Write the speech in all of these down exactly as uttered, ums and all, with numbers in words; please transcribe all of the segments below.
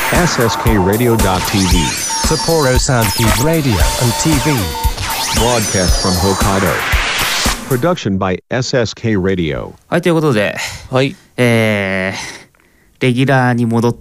エスエスケー radio.tv Sapporo Soundkeep Radio and ティーブイ broadcast from Hokkaido production by エスエスケー radio。 はい、ということで、 はい、 えー、レギュラーに戻って、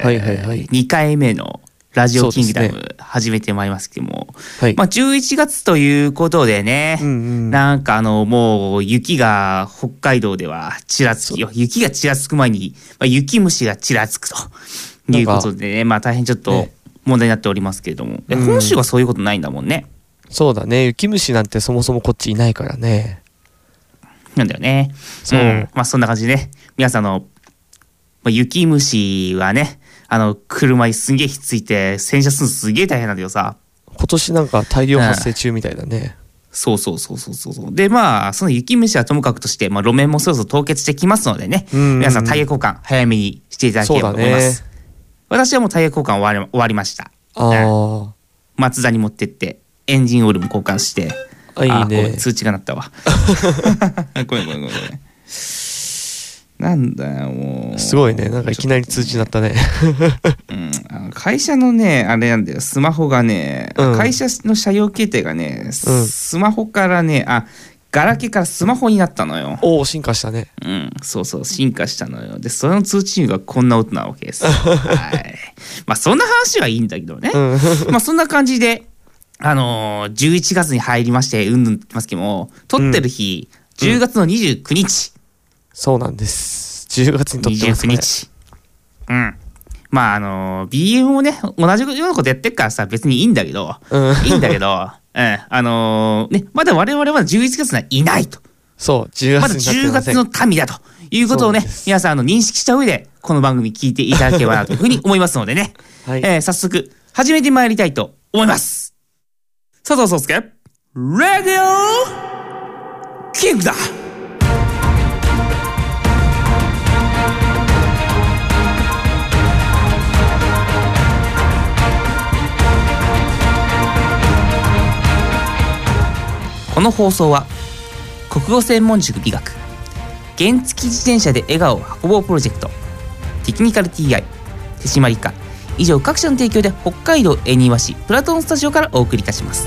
はいはいはい、 にかいめのラジオキングダム始めてまいりますけども、 はい、 まあじゅういちがつということでね、 うんうん、 なんかあのもう雪が北海道ではちらつきよ、雪がちらつく前に、まあ、雪虫がちらつくということでね、まあ大変ちょっと問題になっておりますけれども、ね、本州はそういうことないんだもんね。 そうだね、雪虫なんてそもそもこっちいないからね。 なんだよね。 そう、 うん、まあそんな感じでね、皆さんの、まあ、雪虫はね、あの車にすんげえひっついて洗車するのすげえ大変なんだけどさ、 今年なんか大量発生中みたいだね、うん、 そうそうそうそうそうで、まあその雪虫はともかくとして、まあ、路面もそろそろ凍結してきますのでね、うんうん、皆さんタイヤ交換早めにしていただければと思います、ね、私はもうタイヤ交換終わり、終わりました。 あ、うん、 マツダに持ってってエンジンオイルも交換して、 あ、いいね、 あ、通知が鳴ったわごめんごめんごめんごめん、なんだよもうすごいね、なんかいきなり通知鳴ったね、 うん、あの会社のねあれなんだよ、スマホがね、うん、会社の車用携帯がね、うん、スマホからね、あ、ガラケーからスマホになったのよ。 おお、進化したね。 うん、そうそう、進化したのよ。でその通知がこんな音なわけですはい、まあそんな話はいいんだけどね、うん、まあそんな感じであのー、じゅういちがつに入りましてうんぬんってますけども、撮ってる日、うん、じゅうがつのにじゅうくにち、 そうなんです。じゅうがつに撮ってますね。 にじゅうくにち。うん。まああのー、ビーエム もね同じようなことやってるからさ別にいいんだけど、うん、いいんだけど、うん、あのー、ねまだ我々はまだじゅういちがつにはいないと。 そう、じゅうがつになってません。 まだじゅうがつの民だということをね皆さんあの認識した上でこの番組聞いていただければなというふうに思いますのでね、はい、えー、早速始めてまいりたいと思います。佐藤壮介ラディオキングだ。この放送は国語専門塾美学、原付自転車で笑顔を運ぼうプロジェクト、テクニカル ティーアイ、手締まりか以上各社の提供で北海道恵庭市プラトンスタジオからお送りいたします。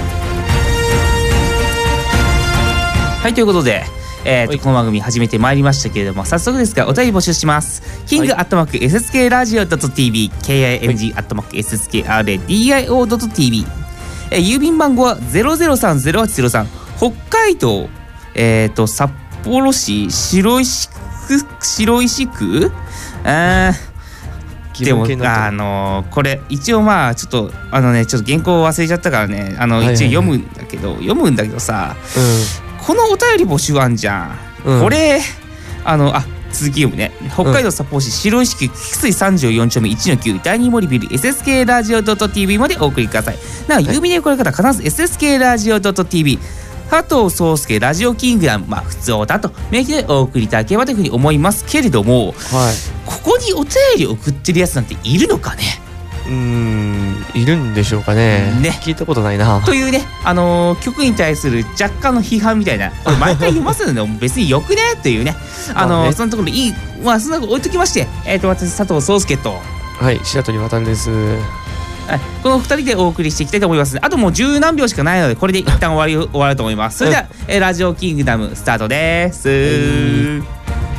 はい、ということで、えーと、この番組始めてまいりましたけれども、早速ですがお便り募集します。キングアットマーク エスエスケーラジオ ドット ティーブイ キング アットマーク エスエスケーアールエーディーアイオー ドット ティーブイ、えー、郵便番号は ゼロゼロさんゼロはちゼロさん、北海道、えーと札幌市白石区白石区あでもあのー、これ一応まあちょっとあのねちょっと原稿忘れちゃったからね、あの一応読むんだけど、はいはいはい、読むんだけどさ、うん、このお便り募集あんじゃん、うん、これあのあ続き読むね。北海道札幌市白石区菊水さんじゅうよんちょうめいちのきゅうだいに森ビル エスエスケーラジオ ドット ティーブイ までお送りください。なお郵便でこれから必ず エスエスケーラジオ ドット ティーブイ 佐藤壮介ラジオキングダム、まあ普通オタと名義でお送りいただければというふうに思いますけれども、はい、ここにお便りを送ってるやつなんているのかね。 うーん、いるんでしょうか ね, ね聞いたことないなというね、あのー、曲に対する若干の批判みたいな、これ毎回言いますので別によくねっていうね、あのーね、そのところいい、まあそんなこと置いときまして、えー、と私佐藤壮介と、 はい、白鳥渉です。 はい、このふたりでお送りしていきたいと思います。あともう十何秒しかないのでこれで一旦終わり終わると思います。それでは、えー、ラジオキングダムスタートです、うん、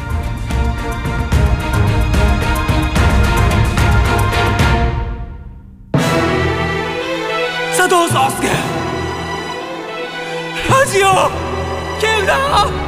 佐藤壮介ラジオキングダム。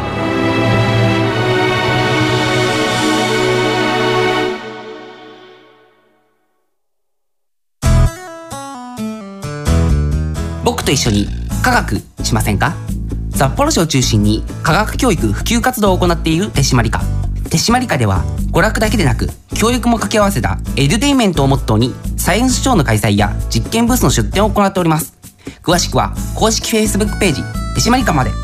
僕と一緒に科学しませんか。札幌市を中心に科学教育普及活動を行っている手締まり課。手締まり課では娯楽だけでなく教育も掛け合わせたエデュテインメントをモットーにサイエンスショーの開催や実験ブースの出展を行っております。詳しくは公式 Facebook ページ手締まり課まで。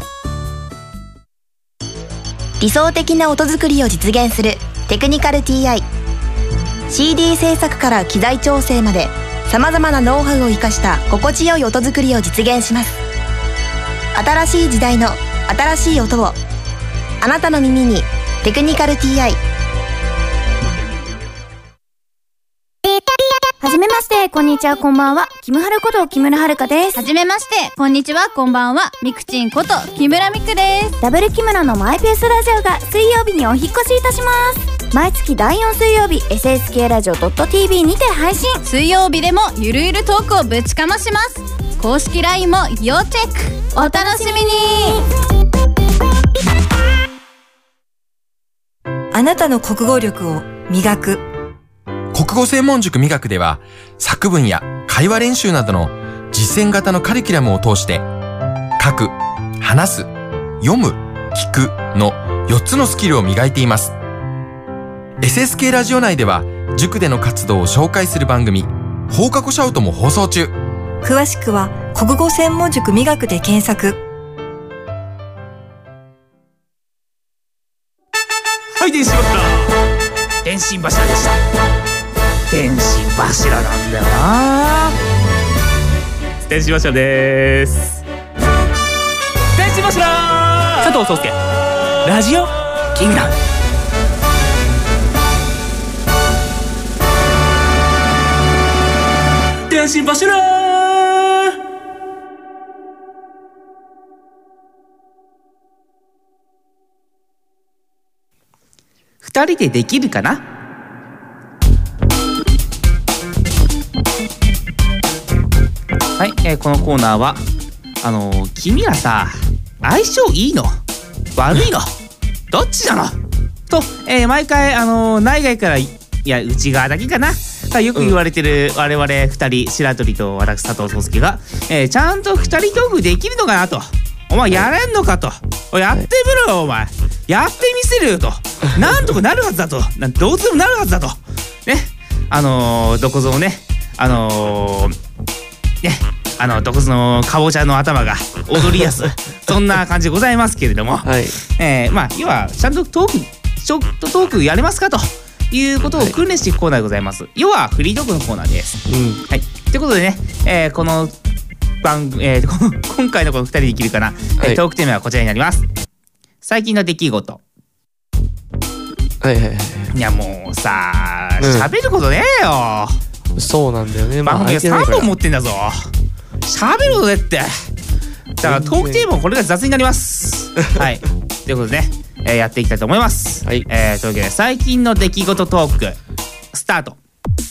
理想的な音作りを実現するテクニカル ティーアイ。 シーディー 制作から機材調整までさまざまなノウハウを生かした心地よい音作りを実現します。新しい時代の新しい音をあなたの耳にテクニカル ティーアイ。 ティーはじめまして、こんにちは、こんばんは。キムハルこと木村遥です。 はじめまして、こんにちは、こんばんは。ミクチンこと木村ミクです。 ダブル木村のマイペースラジオが水曜日にお引っ越しいたします。毎月だいよん水曜日 エスエスケー ラジオ .tv にて配信。 水曜日でもゆるゆるトークをぶちかまします。公式 ライン も要チェック。お楽しみに。 あなたの国語力を磨く国語専門塾磨くでは、作文や会話練習などの実践型のカリキュラムを通して書く、話す、読む、聞くのよっつのスキルを磨いています。 エスエスケー ラジオ内では塾での活動を紹介する番組放課後シャウトも放送中。 詳しくは国語専門塾磨くで検索。 はい電信柱電信柱でした。電信柱なんだよな。電信柱でーす。電信柱佐藤壮介ラジオキングダム。電信柱二人でできるかな。はい、えー、このコーナーはあのー、君らさ相性いいの悪いのどっちなのと、えー、毎回あのー、内外からいや内側だけかなよく言われてる我々二人白鳥と私佐藤壮介が、えー、ちゃんと二人トークできるのかなと。お前やれんのかと。やってみろよお前。やってみせるよと。なんとかなるはずだと。なんどうとでもなるはずだと。ね。あのー、どこぞのね、あのー、ね、あのどこぞのかぼちゃの頭が踊りやすそんな感じでございますけれども、はい、えー、まあ要はちゃんとトークちょっとトークやれますかということを訓練していくコーナーでございます。要はフリートークのコーナーです。うん、はい。ということでね、えー、この番組、えー、この今回のこのふたりできるかな、はい、トークテーマはこちらになります。最近の出来事。 はいはいはい。 いやもうさ喋、うん、ることねえよ。 そうなんだよね。 番組がさんぼん持ってんだぞ。喋ることねって。だからトークテーマはこれが雑になります。はい。ということでね、えー、やっていきたいと思います。はい。えー、というわけで最近の出来事トークスタート。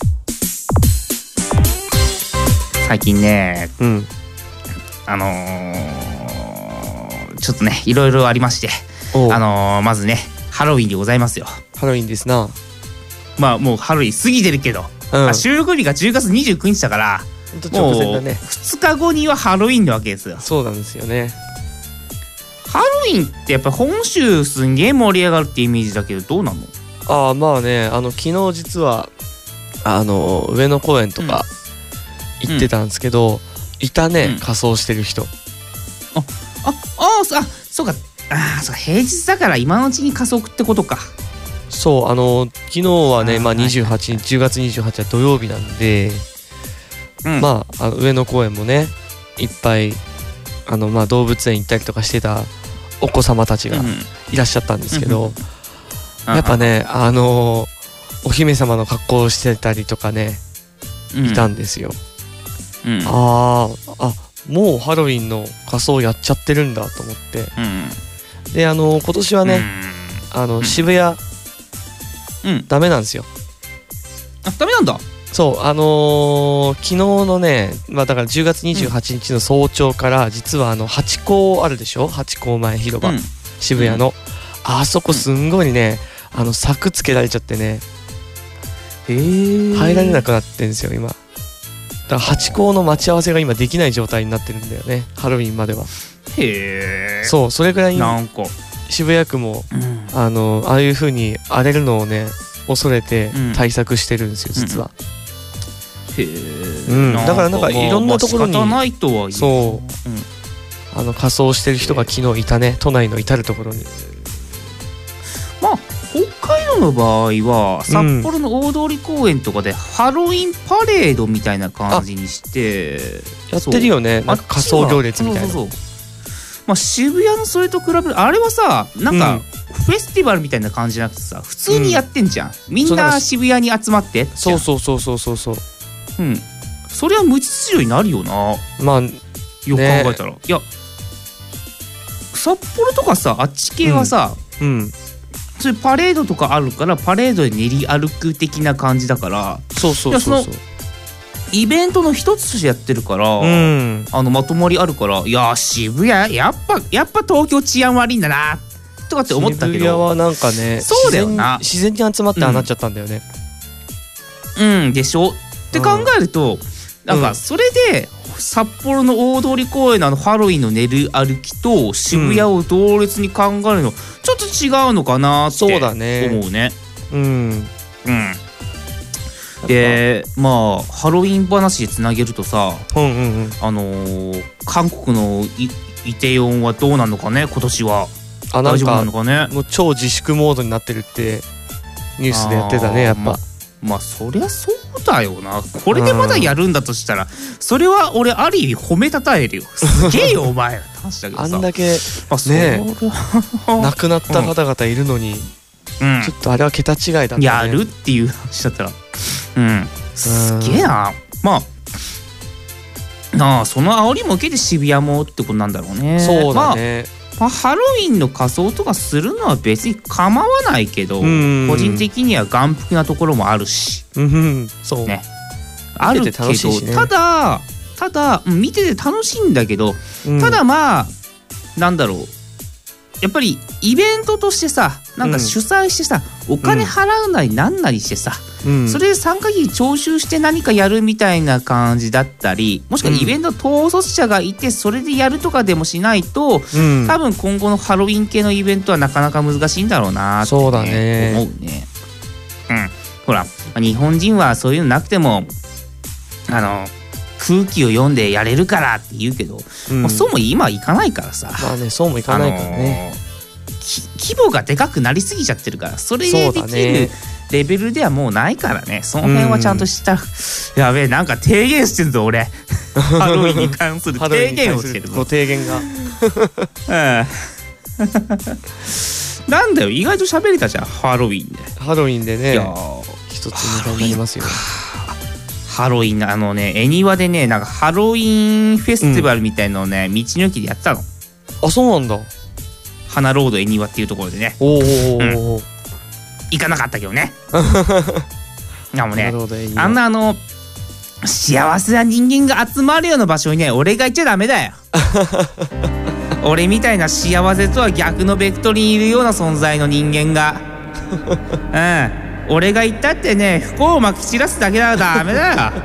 最近ね、うん、あのー、ちょっとねいろいろありまして、あのー、まずねハロウィンでございますよ。 ハロウィンですな。 まあもうハロウィン過ぎてるけど、うん、収録日がじゅうがつにじゅうくにちだからもうふつかごにはハロウィンなわけですよ。 そうなんですよね。 ハロウィンってやっぱ本州すんげえ盛り上がるってイメージだけどどうなの？ ああまあね、あの昨日実はあの上野公園とか行ってたんですけど、うん、いたね、うん、仮装してる人。ああああそうか。ああそうか平日だから今のうちに仮装ってことか。 そうあの昨日はねまあにじゅうはちにちじゅうがつにじゅうはちにちは土曜日なんで、うん、まあ、あの上野公園もねいっぱいあの、まあ、動物園行ったりとかしてたお子様たちがいらっしゃったんですけど、うんうん、やっぱねあのお姫様の格好をしてたりとかね、うん、いたんですよ。うん、ああもうハロウィンの仮装やっちゃってるんだと思って、うん、であの今年はね、うん、あの渋谷、うん、ダメなんですよ。 あダメなんだ。 そうあのー、昨日のね、まあ、だからじゅうがつにじゅうはちにちの早朝から実はあのハチ公あるでしょ。ハチ公前広場、うん、渋谷の、うん、あそこすんごいねあの柵つけられちゃってね、えー、入られなくなってんですよ今。だからハチ公の待ち合わせが今できない状態になってるんだよねハロウィンまでは。へえ。そうそれぐらいなんか渋谷区も、うん、あのああいう風に荒れるのをね恐れて対策してるんですよ、うん、実は。へえ、うん、だからなんかいろんなところに、まあ、仕方ないとはいえそう、うん、あの仮装してる人が昨日いたね都内の至るところに。 まあ北海道の場合は札幌の大通公園とかでハロウィンパレードみたいな感じにしてやってるよね。なんか仮装行列みたいな。そうそうそう。 まあ、渋谷のそれと比べるあれはさなんか、うんフェスティバルみたいな感じじゃなくてさ普通にやってんじゃん、うん、みんな渋谷に集まってそうそうそうそうそうそううんそれは無秩序になるよな。 まあよく考えたら、ね、いや札幌とかさあっち系はさ、 うん、うん、 そういうパレードとかあるからパレードで練り歩く的な感じだから、 そうそうそうそう、 イベントの一つとしてやってるから、うん、あのまとまりあるから、いや渋谷やっぱやっぱ東京治安悪いんだなとかって思ったけど、 渋谷はなんかねそうだよな、 自然に集まってああなっちゃったんだよね。 うん、うん、でしょって考えると、うん、なんかそれで札幌の大通公園のあのハロウィンの練り歩きと渋谷を同列に考えるの、うん、ちょっと違うのかなって思うね。 うんうんでまあハロウィン話でつなげるとさ、 うんうんうん、 あのー、韓国のイテウォンはどうなのかね今年は。 あなんか大丈夫なのかね。 もう超自粛モードになってるってニュースでやってたねやっぱ。 まあそりゃそうだよな。これでまだやるんだとしたらそれは俺ある意味褒めたたえるよ。すげえよお前らって話だけどさ、 あんだけね亡くなった方々いるのに、うん、ちょっとあれは桁違いだったね。 やるっていう話だったらうんすげえな。まあなあその煽りも受けて渋谷もってことなんだろうね。 そうだね、 まあまあ、ハロウィンの仮装とかするのは別に構わないけど、個人的には眼福なところもあるし、 うん、そうねあるけど、ね、ただただ見てて楽しいんだけど、うん、ただまあなんだろうやっぱりイベントとしてさなんか主催してさ、うん、お金払うなりなんなりしてさ、うん、それで参加費徴収して何かやるみたいな感じだったり、もしくはイベント統率者がいてそれでやるとかでもしないと、うん、多分今後のハロウィン系のイベントはなかなか難しいんだろうなって、ね、 そうだね思うね。うん、ほら日本人はそういうのなくてもあの空気を読んでやれるからって言うけど、うん、もうそうも今いかないからさ。 まあねそうもいかないからね、 あのー、規模がでかくなりすぎちゃってるからそれでできるレベルではもうないからね。その辺はちゃんとした、うん、やべえなんか提言してるぞ俺ハロウィンに関する提言をしてるぞ。 ご提言がなんだよ意外と喋れたじゃんハロウィンで。 ハロウィンでね一つネタになりますよ。 ハロウィンのあのね恵庭でねなんかハロウィンフェスティバルみたいのをね、うん、道の駅でやってたの。 あそうなんだ。 花ロード恵庭っていうところでね。 おー、うん、 行かなかったけどねでもねあんなあの幸せな人間が集まるような場所にね俺が行っちゃダメだよ俺みたいな幸せとは逆のベクトルにいるような存在の人間がうん俺が言ったってね不幸をまき散らすだけだからダメだよ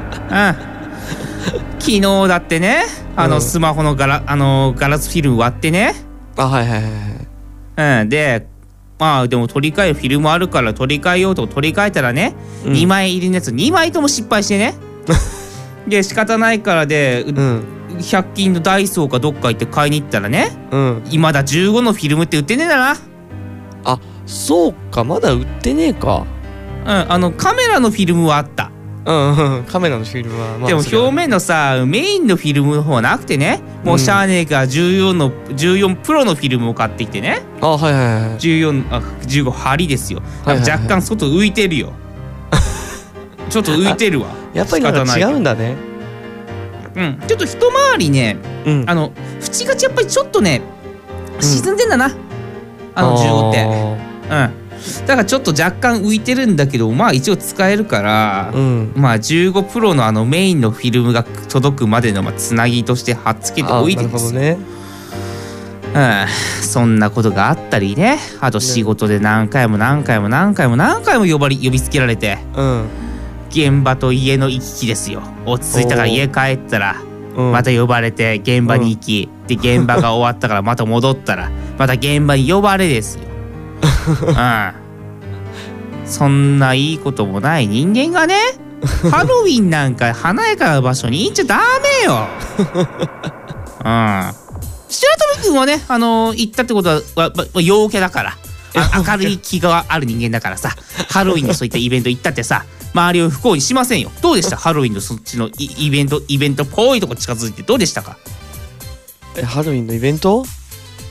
うん昨日だってねあのスマホのガラ、あのガラスフィルム割ってねあはいはいはいうんでまあでも取り替えるフィルムあるから取り替えようと取り替えたらね、うん、にまい入りのやつにまいとも失敗してねで仕方ないからで、うん、ひゃく均のダイソーかどっか行って買いに行ったらね、うん、今だじゅうごのフィルムって売ってねえんだな。 あそうかまだ売ってねえか。 うんあのカメラのフィルムはあった。 うんうんカメラのフィルムは、まあ、 でも表面のさメインのフィルムの方はなくてねもうシャーネーがじゅうよんのじゅうよんプロのフィルムを買ってきてね。 あはいはいはいじゅうよんあじゅうご針ですよ、はいはいはい、若干外浮いてるよちょっと浮いてるわやっぱりなんか違うんだね。 うんちょっと一回りね、うん、あの縁がちやっぱりちょっとね沈んでんだな、うん、あのじゅうごってうんだからちょっと若干浮いてるんだけどまあ一応使えるから、うん、まあじゅうごプロのあのメインのフィルムが届くまでのまあつなぎとして貼っつけておいてですよ。なるほどね。うんそんなことがあったりねあと仕事で何回も何回も何回も何回も呼ばれ呼びつけられて、うん、現場と家の行き来ですよ。落ち着いたから家帰ったらまた呼ばれて現場に行き、うん、で現場が終わったからまた戻ったらまた現場に呼ばれですようん、そんないいこともない人間がねハロウィンなんか華やかな場所に行っちゃダメようん白鳥くんはねあのー、行ったってことは、まま、陽キャだから明るい気がある人間だからさハロウィンのそういったイベント行ったってさ周りを不幸にしませんよ。どうでしたハロウィンのそっちのイベントイベントっぽいとこ近づいてどうでしたか。 えハロウィンのイベント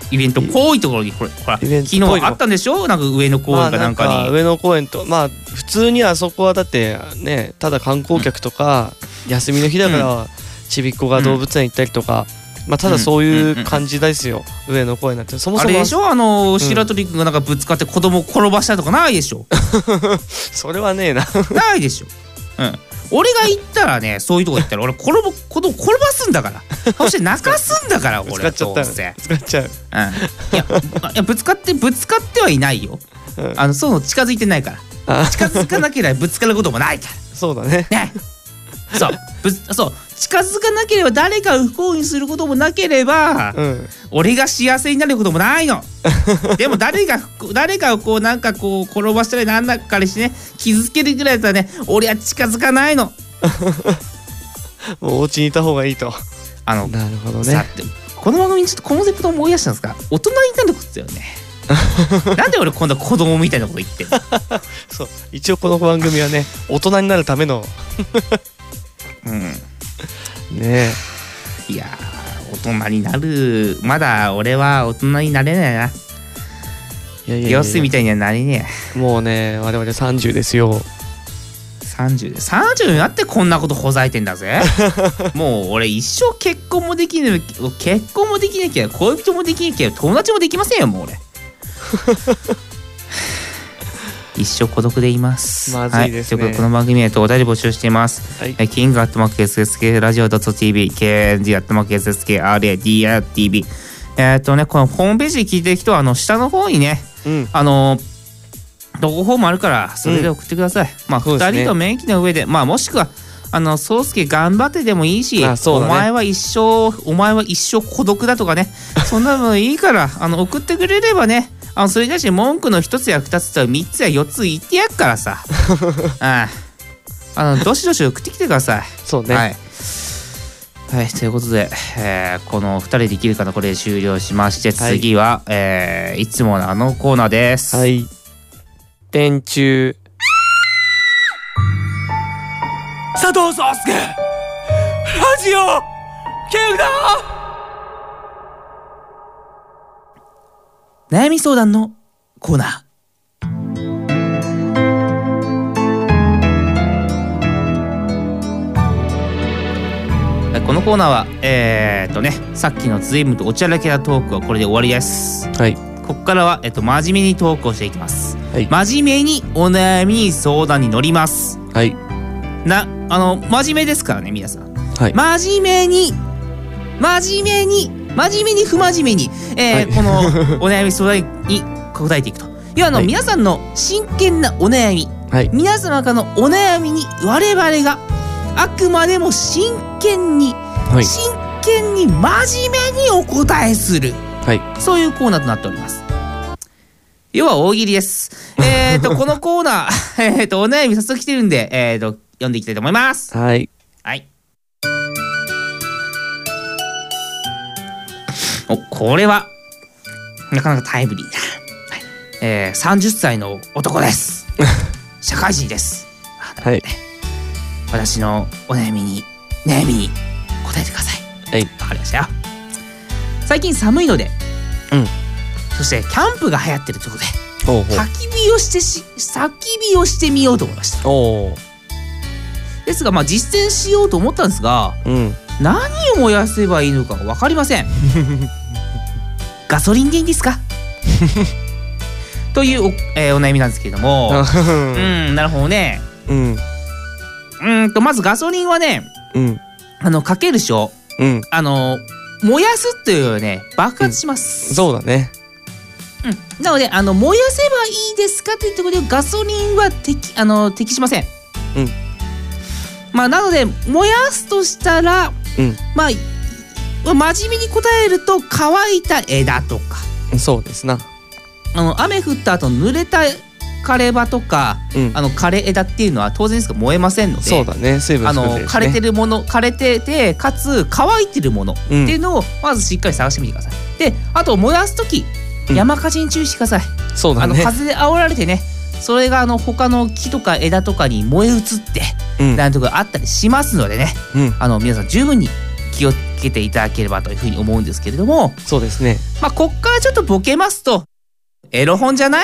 イベントっぽいところにこれほら昨日あったんでしょ、なんか上野公園かなんかに、 まあ、なんか上野公園とまあ普通にあそこはだってねただ観光客とか、うん、休みの日だから、うん、ちびっこが動物園行ったりとか、まあただそういう感じですよ、うんうんうん、上野公園なんてそもそもあれでしょ、あの白鳥くんがなんかぶつかって子供を転ばしたとかないでしょそれはねえなないでしょ、うん、俺が行ったらね、そういうとこ行ったら俺転ぶ子供転ばすんだからそして泣かすんだから俺ぶつかっちゃったぶつかっちゃう、うん、いやいやぶつかってぶつかってはいないよ、うん、あのそういうの近づいてないから近づかなければぶつかることもないからそうだねねそうぶそう近づかなければ誰かを不幸にすることもなければ、うん、俺が幸せになることもないのでも誰が誰かをこうなんかこう転ばしたりなんだかにしてね傷つけるぐらいだったらね俺は近づかないのもうお家にいた方がいいとあのなるほどね。 さてこの番組にちょっとコンセプトを思い出したんですが大人になることだよねなんで俺今度は子供みたいなこと言ってるそう一応この番組はね大人になるためのうんねえいや大人になるまだ俺は大人になれないな。いやいやいや様子みたいにはなれねえ。もうね我々さんじゅうですよ。 さんじゅうでさんじゅうになってこんなことほざいてんだぜもう俺一生結婚もできない結婚もできなきゃ恋人もできなきゃ友達もできませんよもう俺一生孤独でいます。 まずいですね。 はい、ということでこの番組へとお便り募集しています。はい、キングアットマーク エスエスケー ラジオ .tv ケーエヌジー アットマーク エスエスケー アールエーディーアールティービー えっとねこのホームページで聞いてる人はあの下の方にね、うん、あの投稿フォームあるからそれで送ってください。うん、まあふたりと免疫の上で、まあもしくはあの宗介頑張ってでもいいし、ね、お前は一生お前は一生孤独だとかねそんなのいいからあの送ってくれればね。あのそれに対して文句の一つや二つと三つや四つ言ってやっからさあああのどしどし送ってきてください。 そうね。 はい、はい、ということで、えー、このふたりできるかなこれで終了しまして次は、はいえー、いつものあのコーナーです。 はい。電柱佐藤壮介ラジオキングだ悩み相談のコーナー。このコーナーはえー、っとねさっきの随分とおちゃらけたトークはこれで終わりです。 はい。 ここからはえっと真面目にトークをしていきます。 はい。 真面目にお悩みに相談に乗ります。 はい。 なあの真面目ですからね皆さん。 はい。 真面目に真面目に真面目に不真面目に、えーはい、このお悩み相談に答えていくと要はあの、はい、皆さんの真剣なお悩み、はい、皆様からのお悩みに我々があくまでも真剣に、はい、真剣に真面目にお答えする、はい、そういうコーナーとなっております。要は大喜利です。えーとこのコーナーえーとお悩み早速来てるんで、えーと読んでいきたいと思います。 はいはいおこれはなかなかタイムリーな、はいえー、さんじゅっさいの男です社会人です。 はい、 私のお悩みに悩みに答えてください。 はい、 わかりましたよ。最近寒いので、 うん、 そしてキャンプが流行ってるということでほうほう焚き火をしてし焚き火をしてみようと思いました。 おですがまあ実践しようと思ったんですが、 うん、 何を燃やせばいいのか分かりませんガソリンでいいんですかというお、えー、お悩みなんですけれどもうんなるほどね。 うんうんとまずガソリンはね、 うん、 あのかけるでしょ、 うん、 あの燃やすっていうよりね爆発します、 うん、そうだね、 うん、なのであの燃やせばいいですかというところでガソリンは適あの適しません。 うんまあなので燃やすとしたら、 うん、 まあ真面目に答えると乾いた枝とかそうですなあの雨降った後濡れた枯れ葉とか、うん、あの枯れ枝っていうのは当然ですが燃えませんのでそうだね水分あの枯れてるもの枯れててかつ乾いてるものっていうのをまずしっかり探してみてください。であと燃やす時、うん、山火事に注意してください。 そうだね、 あの風で煽られてねそれがあの他の木とか枝とかに燃え移って、うん、なんとかあったりしますのでね、 うん、 あの皆さん十分に気気をつけていただければというふうに思うんですけれども、 そうですね。 まあこっからちょっとボケますと、エロ本じゃない？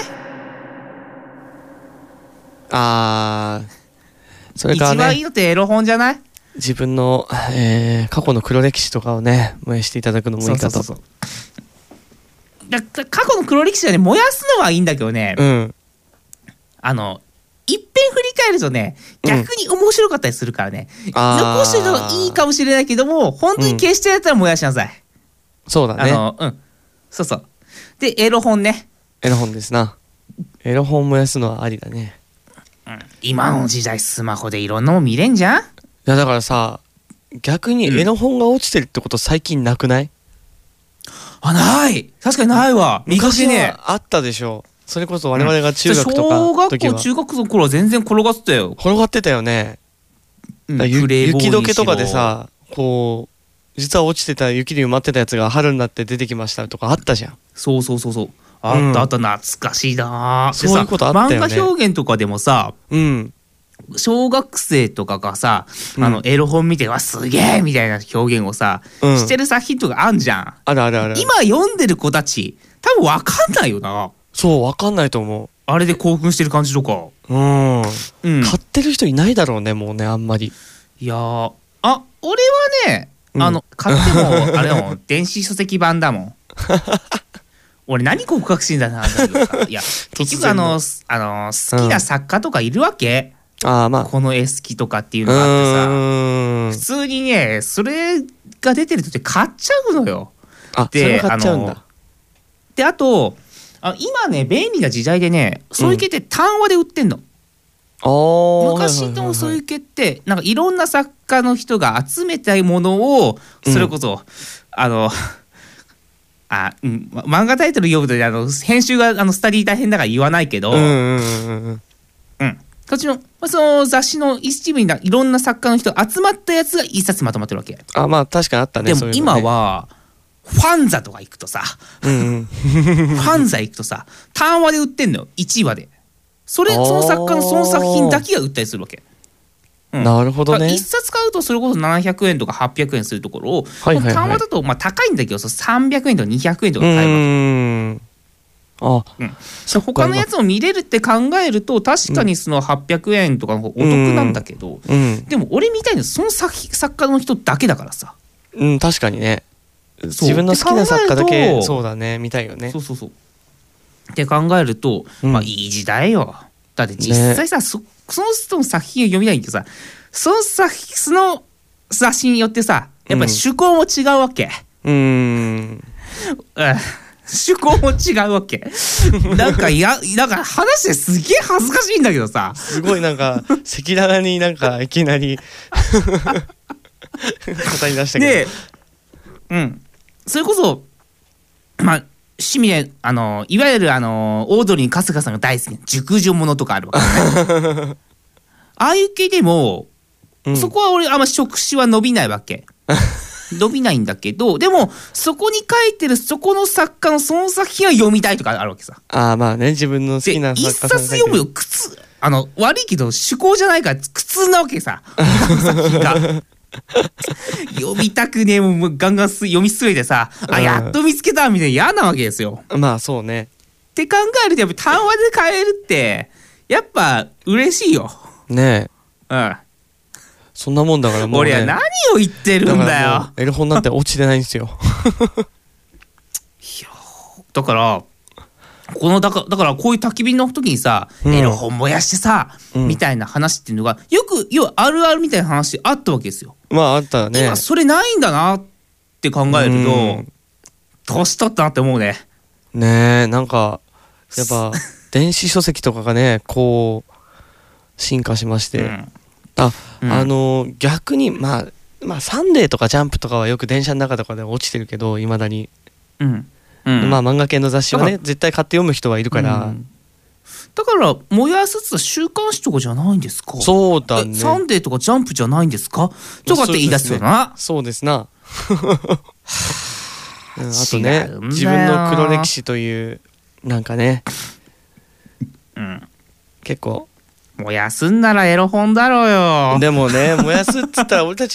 あー、それからね、 一番いいのってエロ本じゃない？ 自分の、えー、過去の黒歴史とかをね燃やしていただくのもいいかと。 そうそうそうそう。だ過去の黒歴史はね燃やすのはいいんだけどね、 うん、 あのいっぺん振り返るとね逆に面白かったりするからね、うん、残してるのいいかもしれないけども本当に消してやったら燃やしなさい、うん、 そうだね。 あのうんそうそう。でエロ本ね。 エロ本ですな。エロ本燃やすのはありだね、 うん、今の時代スマホでいろんなもん見れんじゃん。 いやだからさ逆にエロ本が落ちてるってこと最近なくない？うん、 あない確かにないわ。 昔ねあったでしょ。それこそ我々が中学とか小学時は校中学の頃は全然転がってたよ。 転がってたよね、うん、ゆ雪解けとかでさこう実は落ちてた雪で埋まってたやつが春になって出てきましたとかあったじゃん。 そうそうそうそうあったあった、うん、懐かしいな。 そういうことあったよね。 漫画表現とかでもさ、うん、小学生とかがさ、うん、あのエロ本見てわすげえみたいな表現をさ、うん、してる作品とかあんじゃん。 あるあるある。 今読んでる子たち多分わかんないよな。 そうわかんないと思う。 あれで興奮してる感じとか、 うん、うん、買ってる人いないだろうねもうねあんまり。いやーあ俺はね、うん、あの買ってもあれだもん電子書籍版だもん俺何告白してんだな。いや結局あのあの好きな作家とかいるわけ、うん、あまあこの絵好きとかっていうのがあってさ普通にねそれが出てるとって買っちゃうのよ。 あでそれ買っちゃうんだ。 であとあ今ね便利な時代でねそういう系って単話で売ってんの、うん、昔のそういう系ってなんかいろんな作家の人が集めたいものをそれこそ、うん、あのあ、うん、漫画タイトル読むとあの編集があのスタディ大変だから言わないけど、うんうんうんうん、こっちのその雑誌の一部にいろんな作家の人が集まったやつが一冊まとまってるわけ。 あまあ確かにあったね。 でも今はファンザとか行くとさ、うんうん、ファンザ行くとさ単話で売ってんのよいちわで。それその作家のその作品だけが売ったりするわけ、 うん、なるほどね。 いっさつ買うとそれこそななひゃくえんとかはっぴゃくえんするところを、はいはいはい、単話だとまあ高いんだけどさんびゃくえんとかにひゃくえんとか買えるわけ。うんあ、うん、他のやつを見れるって考えると確かにそのはっぴゃくえんとかの方お得なんだけど、うんうん、でも俺みたいにその 作, 作家の人だけだからさ、 うん、確かにね自分の好きな作家だけそうだね見たいよね。 そうそうそうって考えると、うん、まあいい時代よ。だって実際さ、ね、そ, その人の作品を読みたいけどさその作その雑誌によってさやっぱり趣向も違うわけ。うーん趣向も違うわけなんかいやなんか話してすげえ恥ずかしいんだけどさすごいなんか赤裸々になんかいきなり答え出したけどでうんそれこそまあ趣味であのいわゆるあのオードリー春日さんが大好きな熟女ものとかあるわけねああいう系でも、うん、そこは俺あんま触手は伸びないわけ伸びないんだけどでもそこに書いてるそこの作家のその作品は読みたいとかあるわけさ。 ああまあね自分の好きな作家さんが一冊読むよ苦痛あの悪いけど趣向じゃないから苦痛なわけさ作品が読みたくねえもうガンガン読み進めてさあやっと見つけたみたいな嫌なわけですよ。 まあそうねって考えるとやっぱ単話で買えるってやっぱ嬉しいよねえ。うんそんなもんだからもう、ね、 俺は何を言ってるんだよ。 だエロ本なんて落ちてないんですよいやだからこのだかだからこういう焚き火の時にさ、うん、エロ本燃やしてさ、うん、みたいな話っていうのがよく要はあるあるみたいな話あったわけですよ。 まああったね。 今それないんだなって考えると年取ったなって思うね。 ねえなんかやっぱ電子書籍とかがねこう進化しまして、うんあ、うん、あの逆にまあまあサンデーとかジャンプとかはよく電車の中とかで落ちてるけどいまだに、うんうん、まあ漫画系の雑誌はね絶対買って読む人はいるから、うん、 だから燃やすつ週刊誌とかじゃないんですか。 そうだねサンデーとかジャンプじゃないんですかとかって言い出すよな。 そうですね、そうですなうん、あとね自分の黒歴史というなんかね、うん、結構燃やすんならエロ本だろうよ。 でもね燃やすっつったら俺たち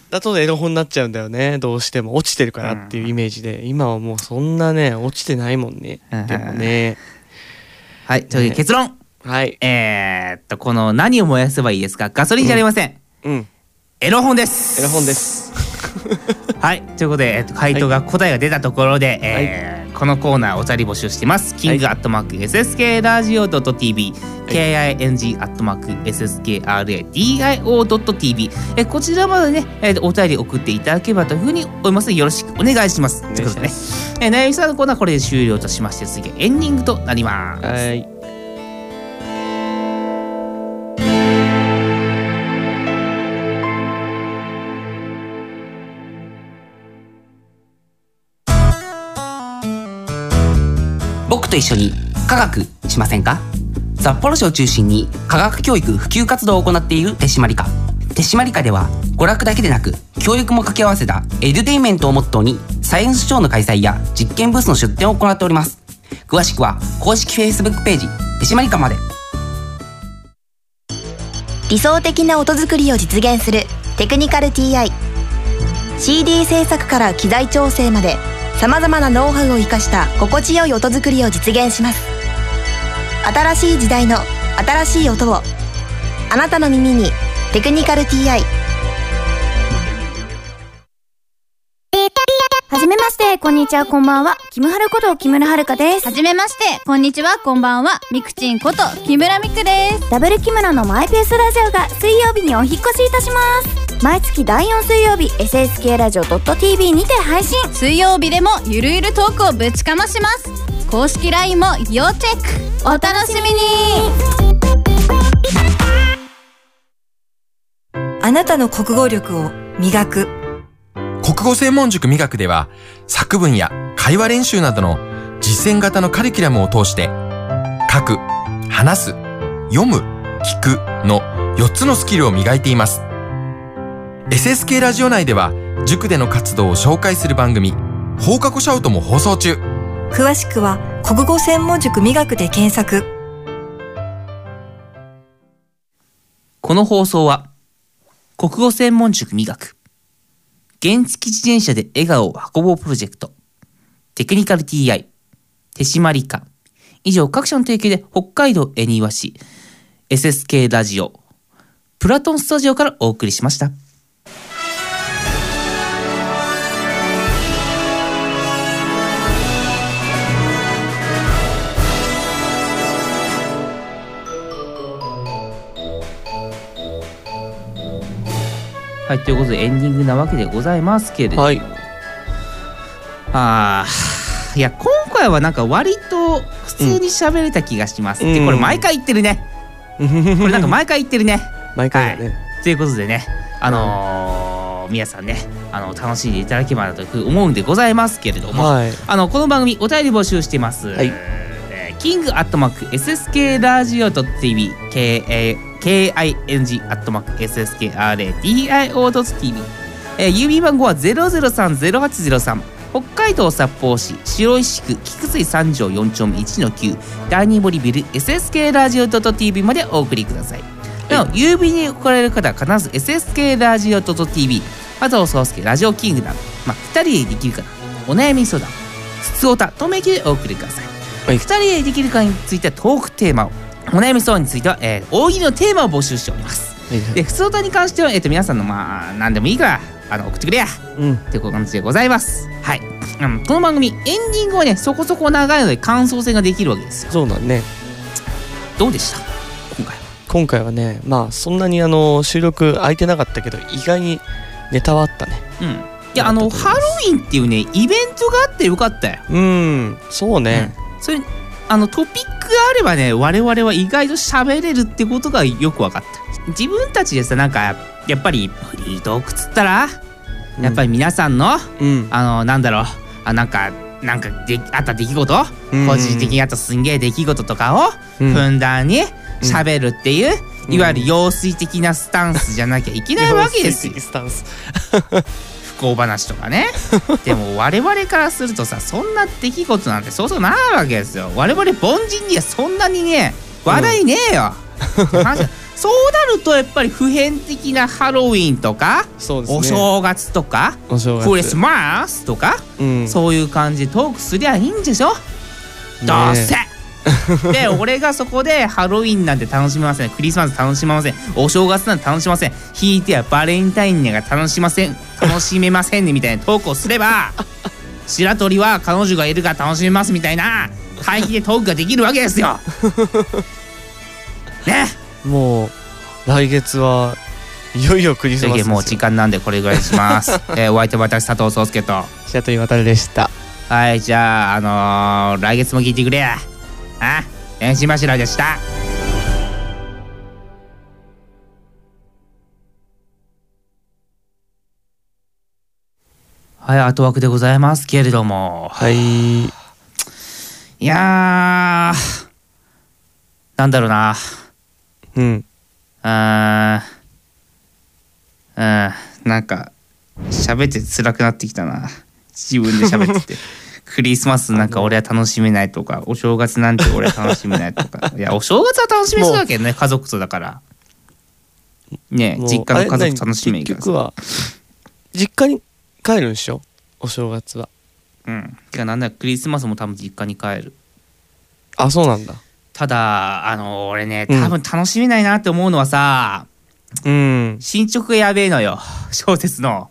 だとエロ本になっちゃうんだよね、どうしても落ちてるからっていうイメージで、うん、今はもうそんなね落ちてないもんね、うん、でもねはいという結論、ね、 はいえー、っとこの何を燃やせばいいですか、ガソリンじゃありません、うん、うん、エロ本です。 エロ本ですはいということで、えっと、回答が、はい、答えが出たところで、えーはい、このコーナーお便り募集してます。キングアットマーク エスエスケーラジオドットティービー、ケーアイエヌジー アットマーク エスエスケーアールエーディーアイオー ドットティービー、えこちらまでね、えー、お便り送っていただければというふうに思いますのでよろしくお願いします。ということでね、えー、悩み相談のコーナーこれで終了としまして、次エンディングとなります。はい。 僕と一緒に科学しませんか？札幌市を中心に科学教育普及活動を行っている手締まり課。手締まり課では娯楽だけでなく教育も掛け合わせたエデュテインメントをモットーにサイエンスショーの開催や実験ブースの出展を行っております。詳しくは公式 Facebook ページ手締まり課まで。 理想的な音作りを実現するテクニカル ティーアイ。 シーディー 制作から機材調整までさまざまなノウハウを生かした心地よい音作りを実現します。新しい時代の新しい音をあなたの耳に。テクニカル ティーアイ。 はじめまして、こんにちは、こんばんは。キムハルこと木村遥です。 はじめまして、こんにちは、こんばんは。ミクチンこと木村ミクです。 ダブル木村のマイペースラジオが水曜日にお引っ越しいたします。毎月だいよん水曜日 エスエスケー ラジオ ドットティービー にて配信。 水曜日でもゆるゆるトークをぶちかまします。公式 ライン も要チェック。お楽しみに。 あなたの国語力を磨く。 国語専門塾磨くでは、作文や会話練習などの実践型のカリキュラムを通して、書く、話す、読む、聞くのよっつのスキルを磨いています。エスエスケー ラジオ内では、塾での活動を紹介する番組、放課後シャウトも放送中。 詳しくは、国語専門塾磨くで検索。 この放送は、国語専門塾磨く、原付自転車で笑顔を運ぼうプロジェクト、テクニカル ティーアイ、手締まり課、以上各社の提供で北海道恵庭市 エスエスケー ラジオプラトンスタジオからお送りしました。はい、ということでエンディングなわけでございますけれども、はい、あーいや今回はなんか割と普通に喋れた気がします、うん、でこれ毎回言ってるねこれなんか毎回言ってるね毎回ね、 はい、ということでねあのーうん、皆さんねあの楽しんでいただければなと思うんでございますけれども、はい、あのこの番組お便り募集してます、はい、キングアットマーク エスエスケー ラジオ ドットティービー ケーエーケーアイエヌジー アットマーク エスエスケーアールエーディーアイオー ドットティービー、えー、郵便番号は ゼロゼロさんゼロはちゼロさん、北海道札幌市白石区菊水三条よん丁目 いちのきゅう 第二森ビル エスエスケー ラジオ ドットティービー までお送りください。なお郵便に送られる方は必ず エスエスケー ラジオ ドットティービー、 またおそうすけラジオキングダム、まあ、ふたりでできるかな、お悩み相談、ふつおたとめきでお送りください。はい、ふたりでできるかについてはトークテーマを、お悩み相談については、えー、大喜利のテーマを募集しております。はいはい、でふつおたに関しては、えー、と皆さんのまあ何でもいいからあの送ってくれや、うん、っていう感じでございます。はい、うん、この番組エンディングはねそこそこ長いので感想戦ができるわけですよ。 そうだね。 どうでした今回は？ 今回はねまあそんなにあの収録空いてなかったけど意外にネタはあったね。 うん。いやあのハロウィンっていうねイベントがあってよかったよ。 うんそうね。 うん、それあのトピックがあればね我々は意外と喋れるってことがよく分かった。自分たちでさなんかやっぱりフリートークつったら、うん、やっぱり皆さんの、うん、あのなんだろうあなんかなんかであった出来事、うんうん、個人的にあったすんげえ出来事とかをふんだんに喋るっていう、うん、いわゆる陽水的なスタンスじゃなきゃいけないわけですよ。 陽水的スタンス不幸話とかねでも我々からするとさそんな出来事なんてそうそうないわけですよ。我々凡人にはそんなにね話題ねえよ、うん、 そうなるとやっぱり普遍的なハロウィンとか、 そうですね、 お正月とかお正月クリスマスとか、 うん、 そういう感じでトークすりゃいいんでしょ、どうせで俺がそこでハロウィンなんて楽しめません、クリスマス楽しめません、お正月なんて楽しめません、ひいてはバレンタインが楽しません楽しめませんねみたいなトークをすれば白鳥は彼女がいるから楽しめますみたいな会議でトークができるわけですよね。 もう来月はいよいよクリスマスですよ。 もう時間なんでこれぐらいにします、えー、お相手は私佐藤壮介と白鳥渡でした。 はい、じゃああのー、来月も聞いてくれや。あ、天使柱でした。はい、後枠でございますけれども、 はい、 いやーなんだろうな、 うんあーうんなんか喋って辛くなってきたな、自分で喋っててクリスマスなんか俺は楽しめないとか、お正月なんて俺は楽しめないとかいやお正月は楽しめそうだけどね、家族とだからね、実家の家族楽しめいから。 結局は実家に帰るんでしょ、お正月は。 うん。てかなんだクリスマスも多分実家に帰る。 あ、そうなんだ。 ただあの俺ね多分楽しめないなって思うのはさ、 うん、 進捗がやべえのよ小説の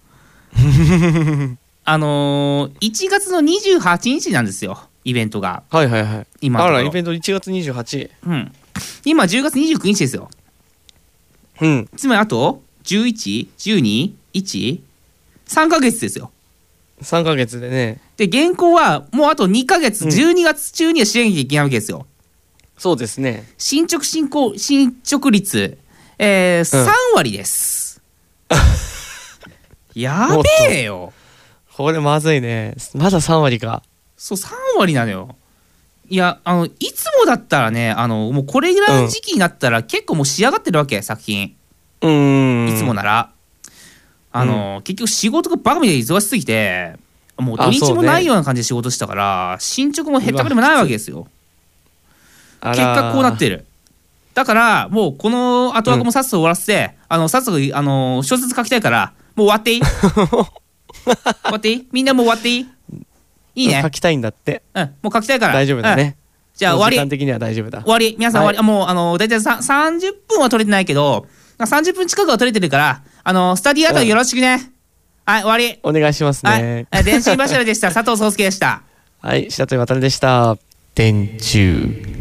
あのー、いちがつのにじゅうはちにちなんですよイベントが。 はいはいはい。 今あらイベントいちがつにじゅうはち。 うん。今じゅうがつにじゅうくにちですよ。 うん。 つまりあとじゅういち、じゅうに、いち、さんかげつですよ。 さんかげつでね。 で原稿はもうあとにかげつ、うん、じゅうにがつ中には仕上げなきゃいけないわけですよ。 そうですね。 進捗進行進捗率、えー、さんわりです。やべえよ。 これまずいね。まださんわりか。 そうさんわりなのよ。いやあのいつもだったらね、あのもうこれぐらいの時期になったら、うん、結構もう仕上がってるわけ作品。 うーん。 いつもならあの、うん、結局仕事がバカみたいに忙しすぎて、もう土日もないような感じで仕事したから、進捗もへったくれもないわけですよ。結果こうなってる。だからもうこの後枠もさっさと終わらせて、うん、あのさっさとあの小説書きたいからもう終わっていい終わっていいみんなもう終わっていいいいね。 書きたいんだって。 うん、もう書きたいから大丈夫だね、うん、 じゃあ終わり。 時間的には大丈夫だ。 終わり。皆さん終わり、はい、もうあの大体さんじゅっぷんは取れてないけどさんじゅっぷん近くは取れてるから、あのスタディアートよろしくね、うん、はい終わり。 お願いしますね。 はい、電信柱でした。佐藤壮介でした。 はい、白鳥渡でした。電柱